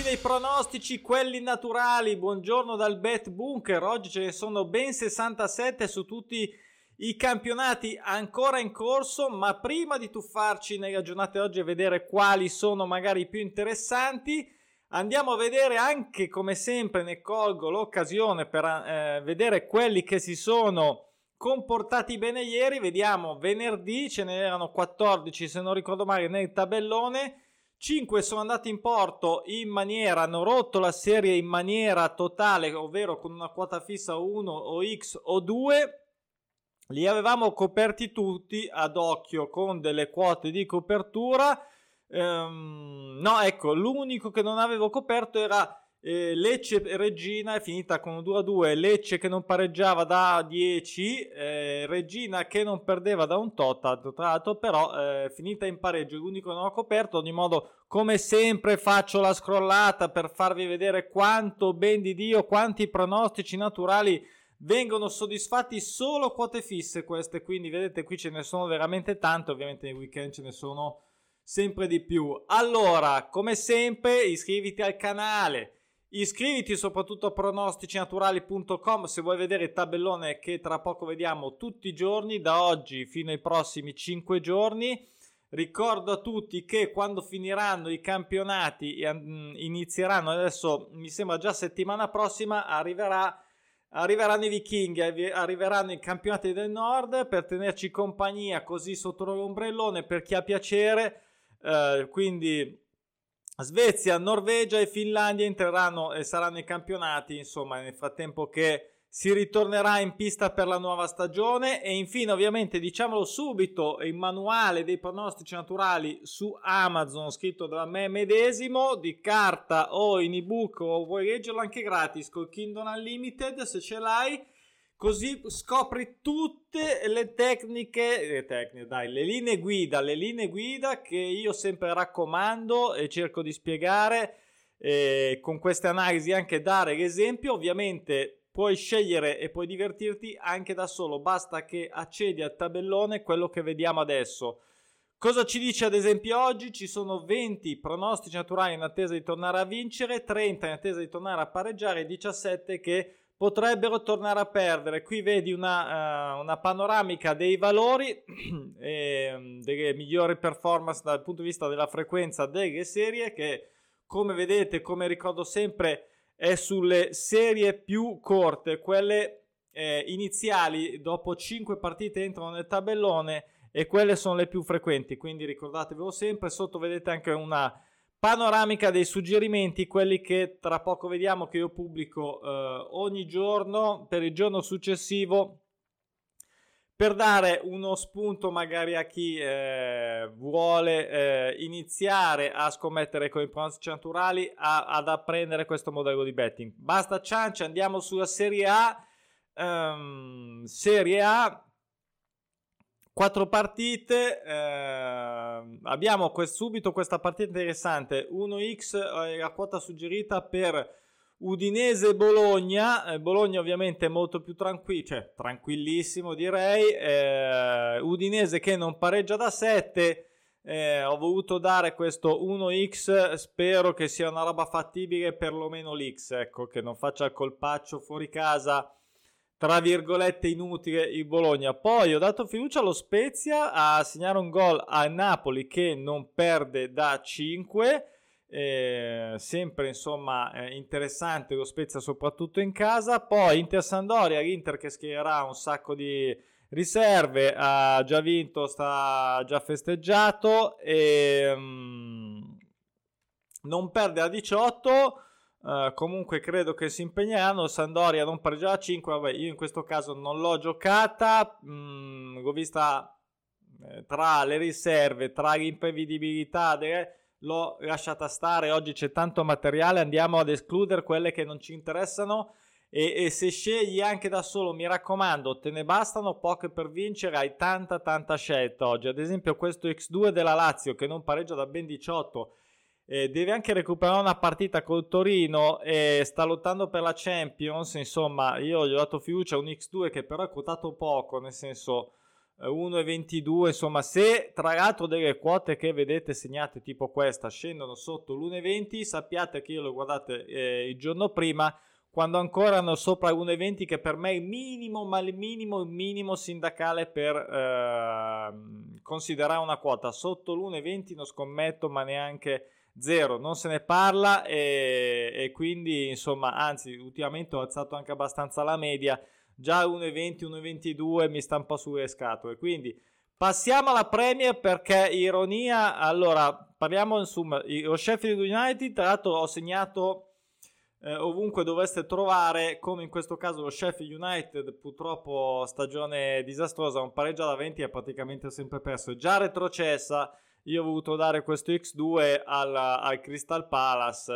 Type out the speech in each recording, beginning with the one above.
dei pronostici, quelli naturali. Buongiorno dal Bet Bunker. Oggi ce ne sono ben 67 su tutti i campionati ancora in corso, ma prima di tuffarci nella giornata di oggi e vedere quali sono magari i più interessanti, andiamo a vedere anche, come sempre, ne colgo l'occasione per vedere quelli che si sono comportati bene ieri. Vediamo, venerdì ce ne erano 14 se non ricordo male nel tabellone. 5 sono andati in porto hanno rotto la serie in maniera totale, ovvero con una quota fissa 1 o X o 2. Li avevamo coperti tutti ad occhio con delle quote di copertura. No, ecco, l'unico che non avevo coperto era Lecce Reggina, è finita con 2-2. Lecce che non pareggiava da 10, Reggina che non perdeva da un tot, tra l'altro, però finita in pareggio, l'unico che non ho coperto. Ad ogni modo, come sempre, faccio la scrollata per farvi vedere quanto ben di Dio, quanti pronostici naturali vengono soddisfatti. Solo quote fisse queste, quindi vedete qui ce ne sono veramente tante. Ovviamente nei weekend ce ne sono sempre di più. Allora, come sempre, iscriviti al canale, iscriviti soprattutto a pronosticinaturali.com se vuoi vedere il tabellone che tra poco vediamo tutti i giorni, da oggi fino ai prossimi 5 giorni. Ricordo a tutti che quando finiranno i campionati inizieranno, adesso mi sembra già settimana prossima, arriveranno i vichinghi, arriveranno i campionati del nord per tenerci compagnia così sotto l'ombrellone per chi ha piacere. Quindi Svezia, Norvegia e Finlandia entreranno e saranno i campionati, insomma, nel frattempo che si ritornerà in pista per la nuova stagione. E infine, ovviamente, diciamolo subito, il manuale dei pronostici naturali su Amazon, scritto da me medesimo, di carta o in ebook, o vuoi leggerlo anche gratis col Kindle Unlimited se ce l'hai. Così scopri tutte le le linee guida che io sempre raccomando e cerco di spiegare, con queste analisi anche dare l'esempio. Ovviamente puoi scegliere e puoi divertirti anche da solo, basta che accedi al tabellone, quello che vediamo adesso. Cosa ci dice ad esempio oggi? Ci sono 20 pronostici naturali in attesa di tornare a vincere, 30 in attesa di tornare a pareggiare e 17 che potrebbero tornare a perdere. Qui vedi una panoramica dei valori delle migliori performance dal punto di vista della frequenza delle serie, che come vedete, come ricordo sempre, è sulle serie più corte, quelle iniziali. Dopo 5 partite entrano nel tabellone e quelle sono le più frequenti, quindi ricordatevelo sempre. Sotto vedete anche una panoramica dei suggerimenti, quelli che tra poco vediamo, che io pubblico ogni giorno per il giorno successivo, per dare uno spunto magari a chi vuole iniziare a scommettere con i pronostici naturali, ad apprendere questo modello di betting. Basta ciance, andiamo sulla Serie A. Serie A, 4 partite, abbiamo subito questa partita interessante, 1x, la quota suggerita per Udinese Bologna. Bologna ovviamente è molto più tranquillissimo direi, Udinese che non pareggia da 7, ho voluto dare questo 1x, spero che sia una roba fattibile, perlomeno l'x, ecco, che non faccia il colpaccio fuori casa, tra virgolette inutile, il Bologna. Poi ho dato fiducia allo Spezia a segnare un gol al Napoli che non perde da 5, sempre insomma interessante lo Spezia soprattutto in casa. Poi Inter Sampdoria, l'Inter che schiererà un sacco di riserve, ha già vinto, sta già festeggiato e non perde a 18. Comunque credo che si impegneranno. Sampdoria non pareggia a 5, vabbè, io in questo caso non l'ho giocata, l'ho vista tra le riserve, tra l'imprevedibilità, l'ho lasciata stare. Oggi c'è tanto materiale, andiamo ad escludere quelle che non ci interessano, e se scegli anche da solo, mi raccomando, te ne bastano poche per vincere, hai tanta scelta oggi. Ad esempio questo X2 della Lazio che non pareggia da ben 18, deve anche recuperare una partita col Torino e sta lottando per la Champions. Insomma, io gli ho dato fiducia a un X2 che però è quotato poco, nel senso 1,22, insomma, se tra l'altro delle quote che vedete segnate tipo questa scendono sotto l'1,20, sappiate che io lo guardate il giorno prima, quando ancora erano sopra l'1,20, che per me è il minimo, ma il minimo sindacale per considerare una quota. Sotto l'1,20 non scommetto, ma neanche zero, non se ne parla, e quindi insomma, anzi ultimamente ho alzato anche abbastanza la media, già 1,20, 1,22 mi sta un po' sulle scatole. Quindi passiamo alla Premier, perché ironia, allora parliamo insomma, lo Sheffield United, tra l'altro ho segnato ovunque dovreste trovare, come in questo caso lo Sheffield United, purtroppo stagione disastrosa, un pareggio da 20 è praticamente sempre perso, è già retrocessa. Io ho voluto dare questo X2 al Crystal Palace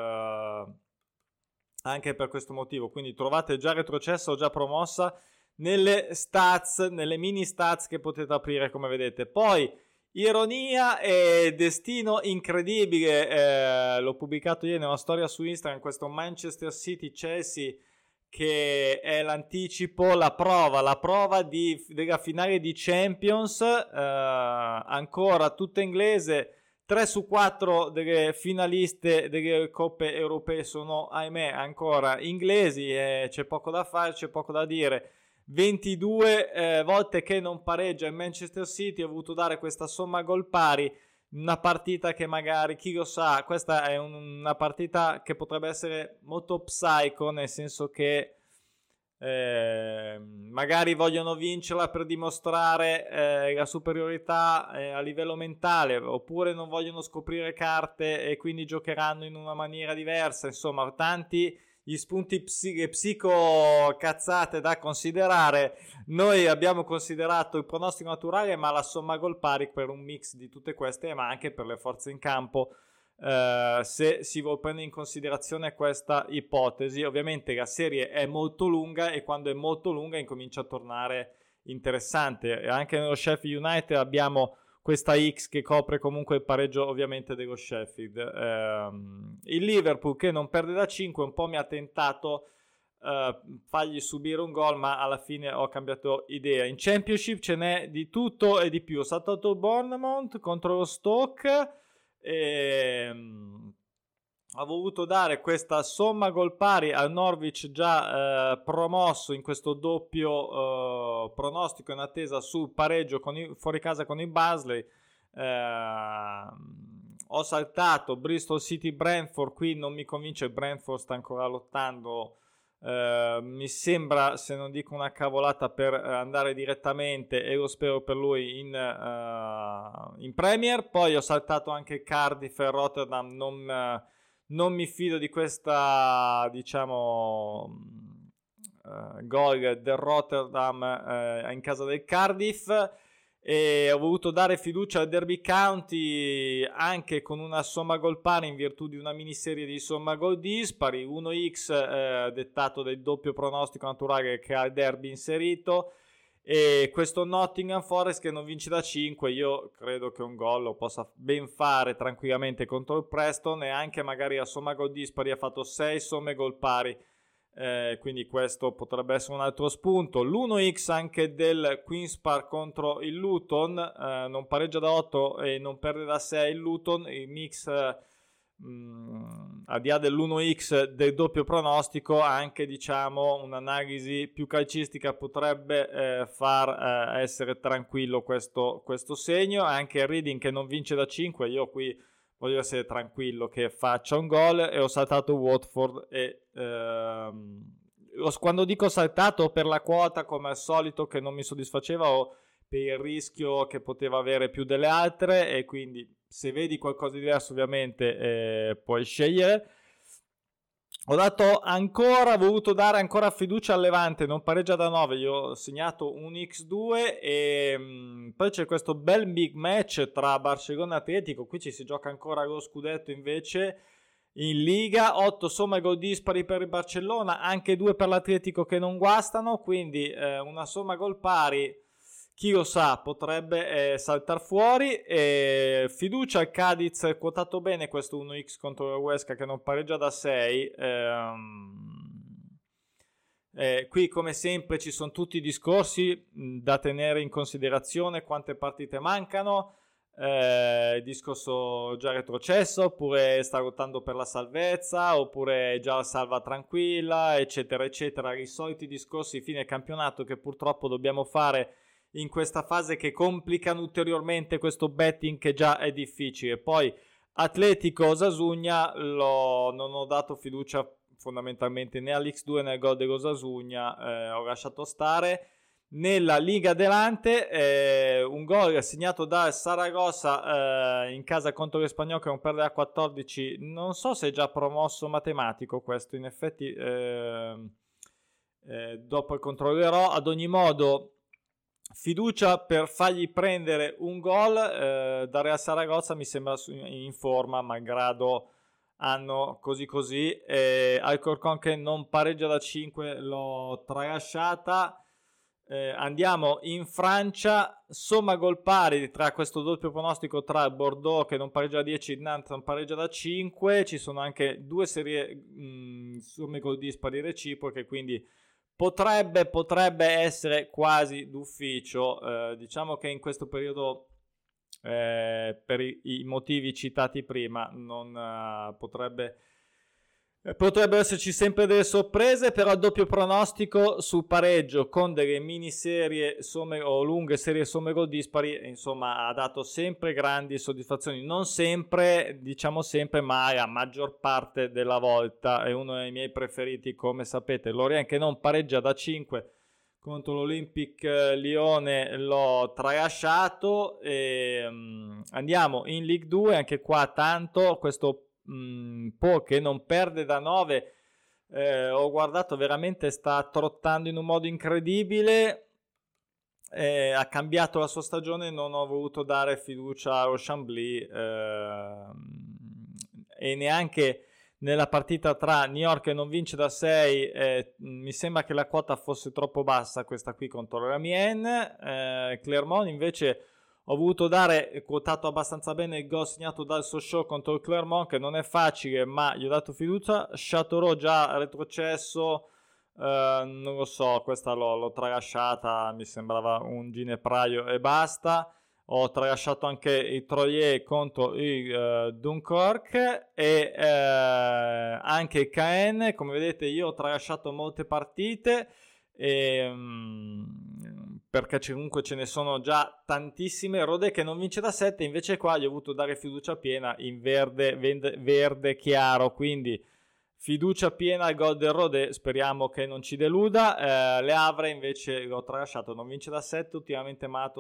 anche per questo motivo, quindi trovate già retrocessa o già promossa nelle stats, nelle mini stats che potete aprire, come vedete. Poi ironia e destino incredibile, l'ho pubblicato ieri nella storia su Instagram, questo Manchester City Chelsea, che è l'anticipo, la prova della finale di Champions, ancora tutta inglese. 3 su 4 delle finaliste delle coppe europee sono, ahimè, ancora inglesi, e c'è poco da fare, c'è poco da dire. 22 volte che non pareggia il Manchester City, ho voluto dare questa somma gol pari, una partita che magari, chi lo sa, questa è una partita che potrebbe essere molto psycho, nel senso che magari vogliono vincerla per dimostrare la superiorità a livello mentale, oppure non vogliono scoprire carte e quindi giocheranno in una maniera diversa. Insomma, tanti gli spunti psico cazzate da considerare. Noi abbiamo considerato il pronostico naturale, ma la somma gol pari per un mix di tutte queste, ma anche per le forze in campo, se si vuole prendere in considerazione questa ipotesi. Ovviamente la serie è molto lunga, e quando è molto lunga incomincia a tornare interessante. E anche nello Sheffield United abbiamo questa X che copre comunque il pareggio ovviamente dello Sheffield. Il Liverpool, che non perde da 5, un po' mi ha tentato fargli subire un gol, ma alla fine ho cambiato idea. In Championship ce n'è di tutto e di più. Ho saltato il Bournemouth contro lo Stoke, ho voluto dare questa somma gol pari al Norwich, già promosso in questo doppio pronostico in attesa sul pareggio fuori casa con il Barnsley. Ho saltato Bristol City Brentford, qui non mi convince, il Brentford sta ancora lottando, mi sembra, se non dico una cavolata, per andare direttamente, e lo spero per lui, in Premier. Poi ho saltato anche Cardiff e Rotterdam, non mi fido di questa, diciamo, gol del Rotterdam in casa del Cardiff, e ho voluto dare fiducia al Derby County anche con una somma gol pari in virtù di una miniserie di somma gol dispari, 1x dettato del doppio pronostico naturale che ha il Derby inserito, e questo Nottingham Forest che non vince da 5, io credo che un gol lo possa ben fare tranquillamente contro il Preston, e anche magari a somma gol dispari ha fatto 6 somme gol pari, quindi questo potrebbe essere un altro spunto. L'1x anche del Queen's Park contro il Luton, non pareggia da 8 e non perde da 6 il Luton. Il mix al di là dell'1x del doppio pronostico, anche diciamo un'analisi più calcistica potrebbe far essere tranquillo questo segno. Anche il Reading che non vince da 5, io qui voglio essere tranquillo che faccia un gol, e ho saltato Watford, e quando dico saltato per la quota, come al solito, che non mi soddisfaceva, o per il rischio che poteva avere più delle altre, e quindi se vedi qualcosa di diverso ovviamente puoi scegliere. Ho voluto dare ancora fiducia al Levante, non pareggia da 9, io ho segnato un X2, e poi c'è questo bel big match tra Barcellona e Atletico. Qui ci si gioca ancora lo scudetto invece in Liga, 8 somme gol dispari per il Barcellona, anche 2 per l'Atletico che non guastano, quindi una somma gol pari, chi lo sa, potrebbe saltar fuori. Fiducia al Cadiz, quotato bene questo 1x contro la Huesca che non pareggia da 6, Qui come sempre ci sono tutti i discorsi da tenere in considerazione, quante partite mancano, il discorso già retrocesso, oppure sta lottando per la salvezza, oppure già salva tranquilla, eccetera eccetera, i soliti discorsi fine campionato che purtroppo dobbiamo fare in questa fase, che complicano ulteriormente questo betting che già è difficile. Poi Atletico Osasuna non ho dato fiducia fondamentalmente né all'X2 né al gol dello Osasuna, ho lasciato stare. Nella Liga Adelante un gol segnato da Saragossa in casa contro l'Espanyol, che non perde a 14, non so se è già promosso matematico questo, in effetti dopo controllerò. Ad ogni modo fiducia per fargli prendere un gol da Real Saragozza, mi sembra in forma, malgrado hanno così Alcorcon che non pareggia da 5, l'ho tralasciata. Andiamo in Francia, somma gol pari tra questo doppio pronostico tra Bordeaux che non pareggia da 10 e Nantes non pareggia da 5. Ci sono anche due serie somme gol dispari reciproche, quindi potrebbe essere quasi d'ufficio. Diciamo che in questo periodo per i motivi citati prima non potrebbero esserci sempre delle sorprese, però il doppio pronostico sul pareggio con delle miniserie somme o lunghe serie somme gol dispari, insomma, ha dato sempre grandi soddisfazioni, non sempre, diciamo sempre, ma la maggior parte della volta. È uno dei miei preferiti, come sapete. Lorient che non pareggia da 5 contro l'Olympique Lione, l'ho tralasciato. Andiamo in Ligue 2, anche qua tanto questo Po che non perde da 9, ho guardato, veramente sta trottando in un modo incredibile, ha cambiato la sua stagione, non ho voluto dare fiducia a Chambly e neanche nella partita tra New York, non vince da 6, mi sembra che la quota fosse troppo bassa questa qui contro l'Amiens. Clermont invece ho voluto dare, quotato abbastanza bene il gol segnato dal Sochaux contro il Clermont, che non è facile, ma gli ho dato fiducia. Châteauroux già retrocesso, non lo so, questa l'ho tralasciata, mi sembrava un ginepraio e basta. Ho tralasciato anche il Troyes contro il Dunkerque e anche il Caen. Come vedete io ho tralasciato molte partite perché comunque ce ne sono già tantissime. Rodé che non vince da 7, invece qua gli ho voluto dare fiducia piena in verde chiaro, quindi fiducia piena al gol del Rodé, speriamo che non ci deluda. Le Havre invece l'ho tralasciato, non vince da 7, ultimamente malato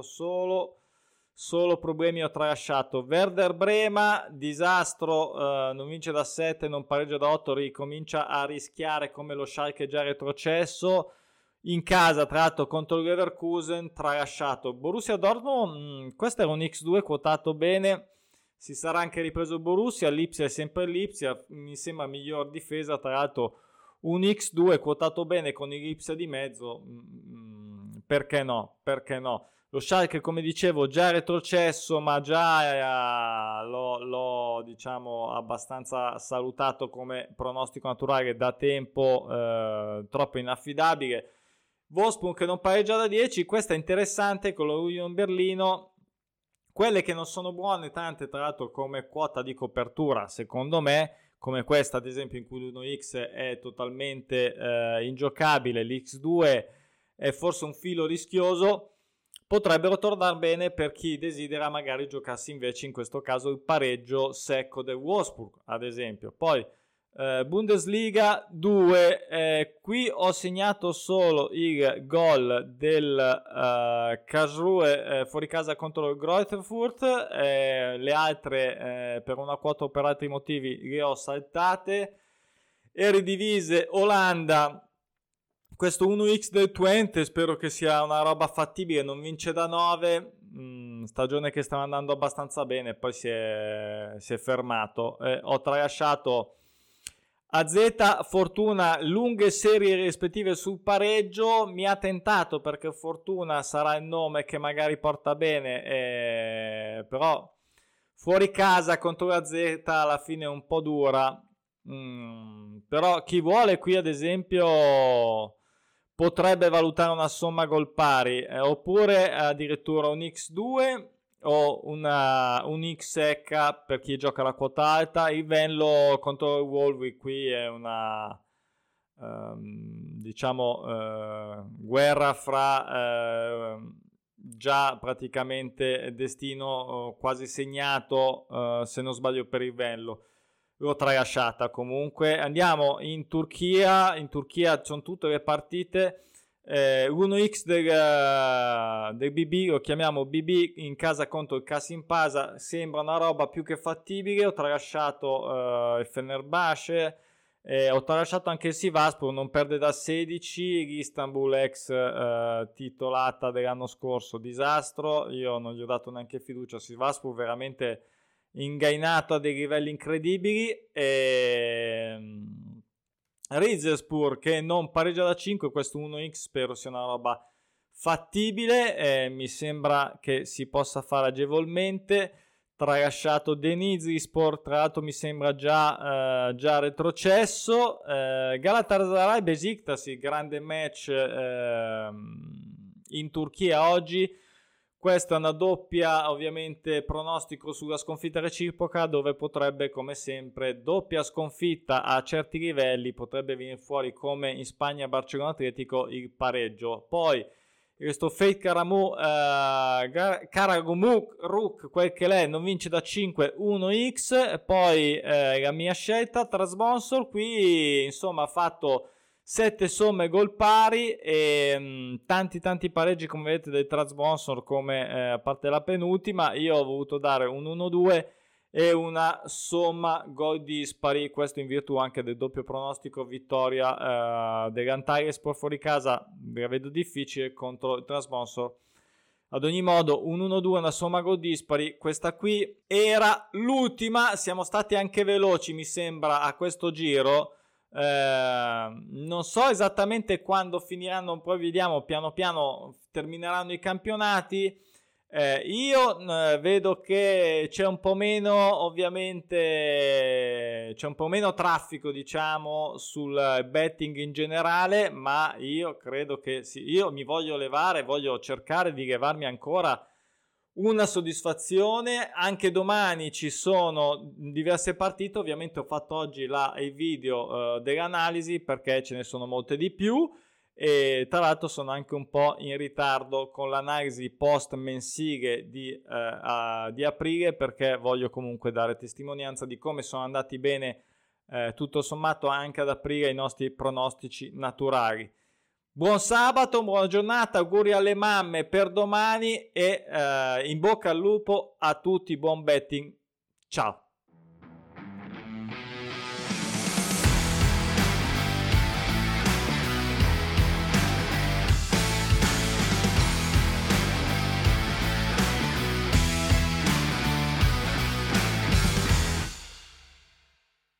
solo problemi, ho tralasciato. Werder Brema, disastro, non vince da 7, non pareggia da 8, ricomincia a rischiare come lo Schalke già retrocesso. In casa, tra l'altro, contro il Leverkusen, tralasciato. Borussia Dortmund, questo era un X2 quotato bene, si sarà anche ripreso il Borussia. Lipsia è sempre Lipsia, mi sembra miglior difesa, tra l'altro un X2 quotato bene con il Lipsia di mezzo, perché no? Lo Schalke, come dicevo, già retrocesso, ma già l'ho diciamo abbastanza salutato come pronostico naturale da tempo, troppo inaffidabile. Wolfsburg che non pareggia da 10, questa è interessante con lo Union Berlino. Quelle che non sono buone, tante tra l'altro come quota di copertura, secondo me, come questa ad esempio in cui l'1x è totalmente ingiocabile, l'X2 è forse un filo rischioso, potrebbero tornare bene per chi desidera magari giocarsi invece in questo caso il pareggio secco del Wolfsburg ad esempio. Poi Bundesliga 2, qui ho segnato solo il gol del Karlsruhe fuori casa contro il Greuther Fürth, le altre per una quota o per altri motivi le ho saltate. Eredivisie Olanda, questo 1x del Twente spero che sia una roba fattibile, non vince da 9, stagione che stava andando abbastanza bene, poi si è fermato. Ho tralasciato AZ Fortuna, lunghe serie rispettive sul pareggio, mi ha tentato perché Fortuna sarà il nome che magari porta bene, però fuori casa contro AZ alla fine è un po' dura. Però chi vuole qui ad esempio potrebbe valutare una somma gol pari, oppure addirittura un X2 o un X secca per chi gioca la quota alta. Il Venlo contro il Warwick qui è una guerra fra già praticamente destino quasi segnato, se non sbaglio, per il Venlo. L'ho tralasciata. Comunque andiamo in Turchia ci sono tutte le partite. L'1x del BB, lo chiamiamo BB, in casa contro il Kasimpasa, sembra una roba più che fattibile. Ho tralasciato il Fenerbahce, ho tralasciato anche il Sivasspor, non perde da 16. l'Istanbul ex titolata dell'anno scorso, disastro, io non gli ho dato neanche fiducia a Sivasspor, veramente ingainato a dei livelli incredibili. Rizespor che non pareggia da 5, questo 1x spero sia una roba fattibile, mi sembra che si possa fare agevolmente. Tralasciato Denizlispor, tra l'altro mi sembra già retrocesso. Galatasaray Besiktas, il grande match in Turchia oggi. Questa è una doppia, ovviamente, pronostico sulla sconfitta reciproca, dove potrebbe, come sempre, doppia sconfitta a certi livelli, potrebbe venire fuori come in Spagna Barcellona Atletico il pareggio. Poi questo Fate Karagumruk, quel che l'è, non vince da 5, 1x. Poi la mia scelta Trabzonspor, qui insomma ha fatto 7 somme gol pari e tanti pareggi, come vedete, del Trabzonspor, come a parte la penultima. Io ho voluto dare un 1-2 e una somma gol dispari, questo in virtù anche del doppio pronostico vittoria dell'Antalyaspor fuori casa. La vedo difficile contro il Trabzonspor. Ad ogni modo un 1-2, una somma gol dispari. Questa qui era l'ultima, siamo stati anche veloci mi sembra a questo giro. Non so esattamente quando finiranno, poi vediamo, piano piano termineranno i campionati. Io vedo che c'è un po' meno, ovviamente c'è un po' meno traffico, diciamo, sul betting in generale, ma io credo che sì, io mi voglio cercare di levarmi ancora una soddisfazione. Anche domani ci sono diverse partite, ovviamente ho fatto oggi il video dell'analisi perché ce ne sono molte di più, e tra l'altro sono anche un po' in ritardo con l'analisi post mensile di aprile, perché voglio comunque dare testimonianza di come sono andati bene tutto sommato anche ad aprile i nostri pronostici naturali. Buon sabato, buona giornata, auguri alle mamme per domani e in bocca al lupo a tutti, buon betting, ciao!